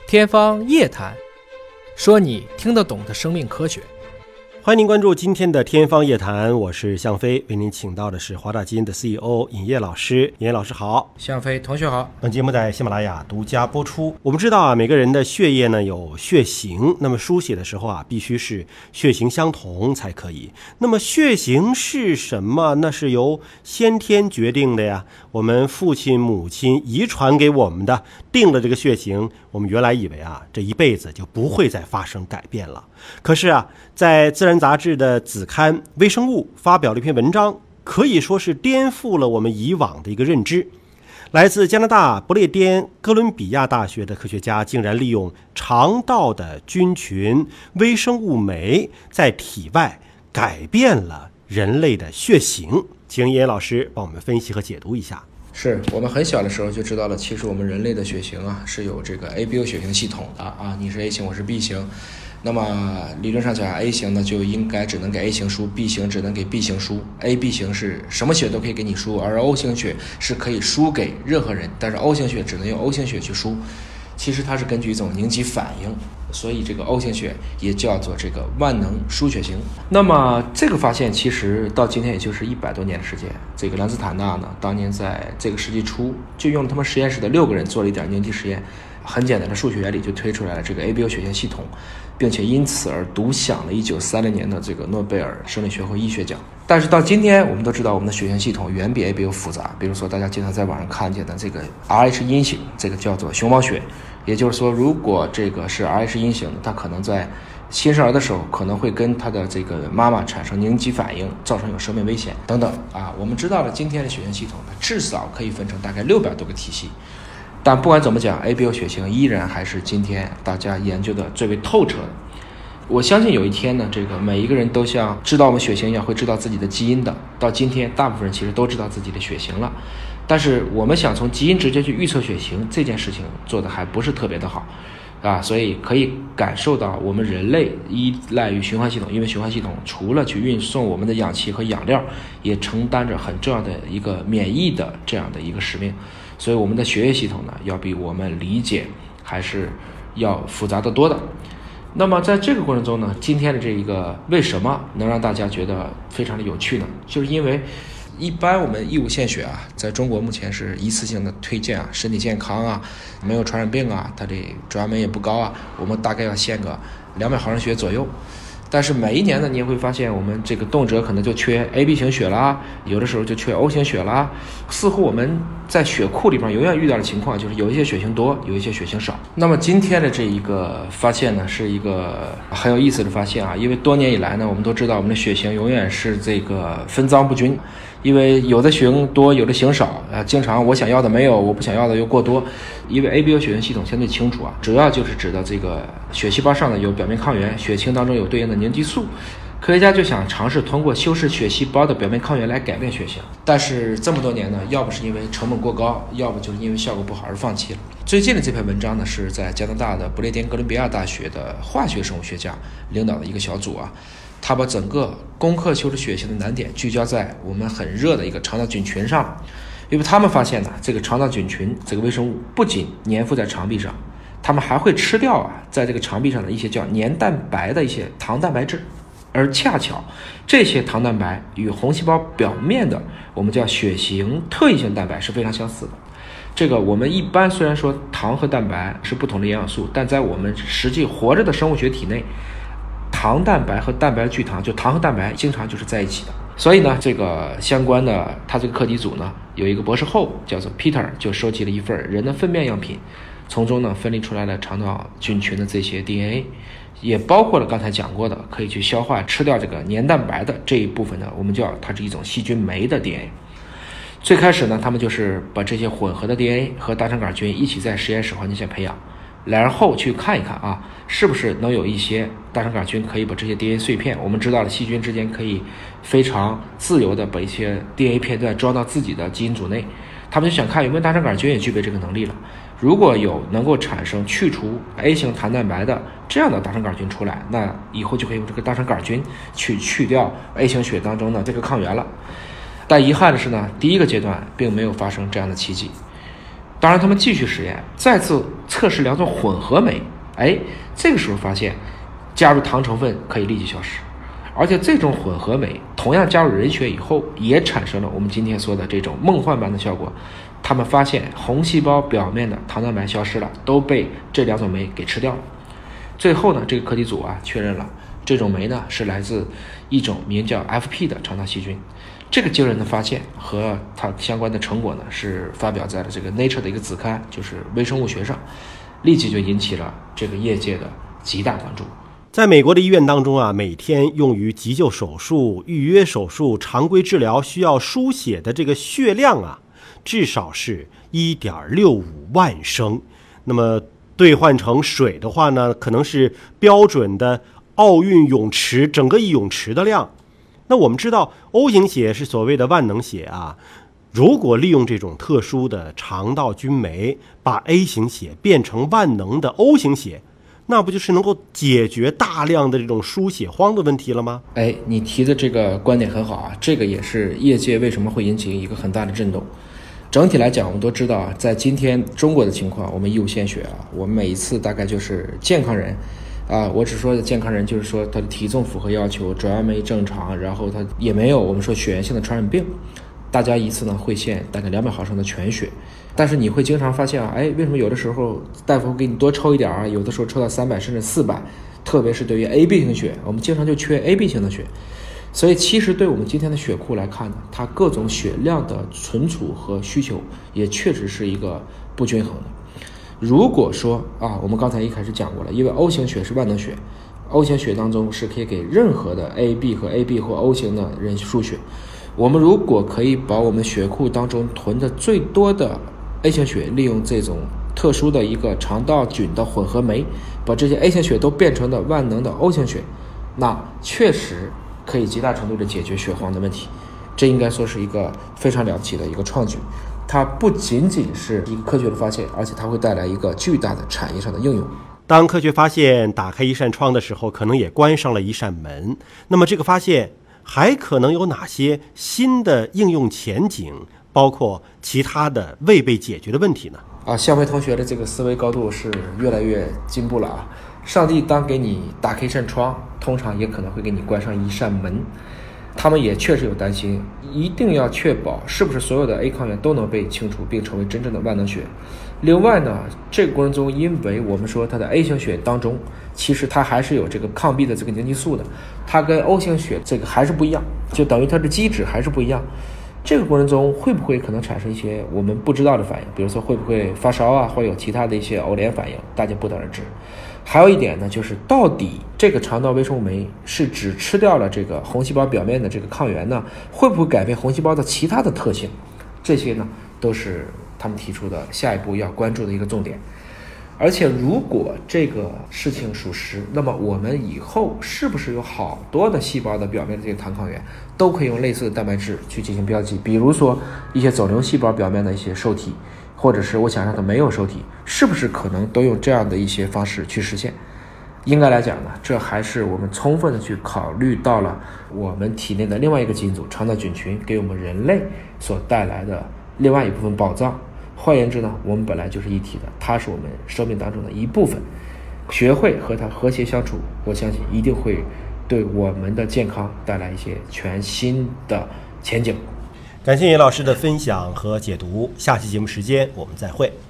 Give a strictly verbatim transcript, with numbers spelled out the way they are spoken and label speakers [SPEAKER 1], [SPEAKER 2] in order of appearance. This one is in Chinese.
[SPEAKER 1] 天方夜谭，说你听得懂的生命科学。
[SPEAKER 2] 欢迎您关注今天的天方夜谭，我是向飞，为您请到的是华大基因的 C E O 尹烨老师。尹烨老师好。
[SPEAKER 1] 向飞同学好。
[SPEAKER 2] 本节目在喜马拉雅独家播出。我们知道啊，每个人的血液呢有血型，那么输血的时候啊，必须是血型相同才可以。那么血型是什么？那是由先天决定的呀。我们父亲母亲遗传给我们的，定了这个血型，我们原来以为啊，这一辈子就不会再发生改变了。可是啊，在自然杂志的子刊微生物发表了一篇文章，可以说是颠覆了我们以往的一个认知。来自加拿大不列颠哥伦比亚大学的科学家竟然利用肠道的菌群微生物酶在体外改变了人类的血型。请尹老师帮我们分析和解读一下。
[SPEAKER 3] 是我们很小的时候就知道了，其实我们人类的血型啊是有这个 A B O 血型系统的啊，你是 A 型，我是 B 型。那么理论上讲 ，A 型呢就应该只能给 A 型输 ，B 型只能给 B 型输 ，A B 型是什么血都可以给你输，而 O 型血是可以输给任何人，但是 O 型血只能用 O 型血去输。其实它是根据一种凝集反应，所以这个 O 型血也叫做这个万能输血型。那么这个发现其实到今天也就是一百多年的时间。这个兰斯坦纳呢，当年在这个世纪初就用他们实验室的六个人做了一点凝集实验，很简单的数学原理就推出来了这个 A B O 血型系统，并且因此而独享了一九三零年的这个诺贝尔生理学会医学奖。但是到今天我们都知道，我们的血型系统远比 A B O 复杂。比如说大家经常在网上看见的这个 R H 阴型，这个叫做熊猫血，也就是说如果这个是 R H 阴型的，它可能在新生儿的时候可能会跟他的这个妈妈产生凝集反应，造成有生命危险等等啊。我们知道了今天的血型系统呢，至少可以分成大概六百多个体系。但不管怎么讲 ，A B O 血型依然还是今天大家研究的最为透彻的。我相信有一天呢，这个每一个人都像知道我们血型一样，会知道自己的基因的。到今天，大部分人其实都知道自己的血型了，但是我们想从基因直接去预测血型这件事情做的还不是特别的好啊，所以可以感受到我们人类依赖于循环系统，因为循环系统除了去运送我们的氧气和养料，也承担着很重要的一个免疫的这样的一个使命。所以我们的血液系统呢，要比我们理解还是要复杂得多的。那么在这个过程中呢，今天的这一个为什么能让大家觉得非常的有趣呢？就是因为一般我们义务献血啊，在中国目前是一次性的推荐啊，身体健康啊，没有传染病啊，它的转氨酶也不高啊，我们大概要献个两百毫升血左右。但是每一年呢，你也会发现我们这个动辄可能就缺 A B 型血啦，有的时候就缺 O 型血啦，似乎我们在血库里边永远遇到的情况就是有一些血型多，有一些血型少。那么今天的这一个发现呢，是一个很有意思的发现啊，因为多年以来呢，我们都知道我们的血型永远是这个分赃不均，因为有的血型多，有的型少啊，经常我想要的没有，我不想要的又过多。因为 A B O 血型系统相对清楚啊，主要就是指的这个血细胞上呢有表面抗原，血清当中有对应的凝集素。科学家就想尝试通过修饰血细胞的表面抗原来改变血型，但是这么多年呢，要不是因为成本过高，要不就是因为效果不好而放弃了。最近的这篇文章呢，是在加拿大的不列颠哥伦比亚大学的化学生物学家领导的一个小组啊，他把整个攻克修饰血型的难点聚焦在我们很热的一个肠道菌群上。因为他们发现呢，这个肠道菌群这个微生物不仅粘附在肠壁上，他们还会吃掉啊，在这个肠壁上的一些叫黏蛋白的一些糖蛋白质，而恰巧这些糖蛋白与红细胞表面的我们叫血型特异性蛋白是非常相似的。这个我们一般虽然说糖和蛋白是不同的营养素，但在我们实际活着的生物学体内，糖蛋白和蛋白聚糖，就糖和蛋白经常就是在一起的。所以呢，这个相关的他这个课题组呢，有一个博士后叫做 Peter， 就收集了一份人的粪便样品，从中呢分离出来了肠道菌群的这些 D N A， 也包括了刚才讲过的可以去消化吃掉这个黏蛋白的这一部分呢，我们叫它是一种细菌酶的 D N A。最开始呢，他们就是把这些混合的 D N A 和大肠杆菌一起在实验室环境下培养，然后去看一看啊，是不是能有一些大肠杆菌可以把这些 D N A 碎片，我们知道了细菌之间可以非常自由的把一些 D N A 片段装到自己的基因组内，他们就想看有没有大肠杆菌也具备这个能力了。如果有能够产生去除 A 型糖蛋白的这样的大肠杆菌出来，那以后就可以用这个大肠杆菌去去掉 A 型血当中的这个抗原了。但遗憾的是呢，第一个阶段并没有发生这样的奇迹。 当然他们继续实验，再次测试两种混合酶，哎，这个时候发现加入糖成分可以立即消失，而且这种混合酶同样加入人血以后，也产生了我们今天说的这种梦幻般的效果。他们发现红细胞表面的糖蛋白消失了，都被这两种酶给吃掉了。最后呢，这个课题组啊确认了这种酶呢是来自一种名叫 F P 的肠道细菌。这个惊人的发现和它相关的成果呢是发表在了这个 Nature 的一个子刊，就是微生物学上，立即就引起了这个业界的极大关注。
[SPEAKER 2] 在美国的医院当中啊，每天用于急救手术、预约手术、常规治疗需要输血的这个血量啊，至少是 一点六五万升。那么兑换成水的话呢，可能是标准的奥运泳池整个一泳池的量。那我们知道 O 型血是所谓的万能血啊，如果利用这种特殊的肠道菌酶把 A 型血变成万能的 O 型血，那不就是能够解决大量的这种输血荒的问题了吗？
[SPEAKER 3] 哎，你提的这个观点很好啊，这个也是业界为什么会引起一个很大的震动。整体来讲，我们都知道啊，在今天中国的情况，我们义务献血啊，我们每一次大概就是健康人啊，我只说的健康人，就是说他的体重符合要求，转氨酶正常，然后他也没有我们说血源性的传染病，大家一次呢会献大概两百毫升的全血。但是你会经常发现啊，哎，为什么有的时候大夫会给你多抽一点啊？有的时候抽到三百甚至四百，特别是对于 A B 型血，我们经常就缺 A B 型的血。所以其实对我们今天的血库来看呢，它各种血量的存储和需求也确实是一个不均衡的。如果说啊，我们刚才一开始讲过了，因为 O 型血是万能血， O 型血当中是可以给任何的 A B 和 A B 或 O 型的人输血。我们如果可以把我们血库当中囤的最多的 A 型血，利用这种特殊的一个肠道菌的混合酶，把这些 A 型血都变成了万能的 O 型血，那确实可以极大程度的解决血荒的问题。这应该说是一个非常了不起的一个创举，它不仅仅是一个科学的发现，而且它会带来一个巨大的产业上的应用。
[SPEAKER 2] 当科学发现打开一扇窗的时候，可能也关上了一扇门。那么这个发现还可能有哪些新的应用前景，包括其他的未被解决的问题呢？
[SPEAKER 3] 啊，向飞同学的这个思维高度是越来越进步了啊！上帝当给你打开一扇窗，通常也可能会给你关上一扇门。他们也确实有担心，一定要确保是不是所有的 A 抗原都能被清除并成为真正的万能血。另外呢，这个过程中，因为我们说它的 A 型血当中，其实它还是有这个抗 B 的这个凝集素的，它跟 O 型血这个还是不一样，就等于它的基质还是不一样。这个过程中会不会可能产生一些我们不知道的反应，比如说会不会发烧啊，或有其他的一些偶联反应，大家不得而知。还有一点呢，就是到底这个肠道微生物酶是只吃掉了这个红细胞表面的这个抗原呢，会不会改变红细胞的其他的特性？这些呢都是他们提出的下一步要关注的一个重点。而且如果这个事情属实，那么我们以后是不是有好多的细胞的表面的这些糖抗原都可以用类似的蛋白质去进行标记？比如说一些肿瘤细胞表面的一些受体，或者是我想让它没有受体，是不是可能都用这样的一些方式去实现？应该来讲呢，这还是我们充分的去考虑到了我们体内的另外一个基因组肠道菌群给我们人类所带来的另外一部分宝藏。换言之呢，我们本来就是一体的，它是我们生命当中的一部分。学会和它和谐相处，我相信一定会对我们的健康带来一些全新的前景。
[SPEAKER 2] 感谢叶老师的分享和解读，下期节目时间我们再会。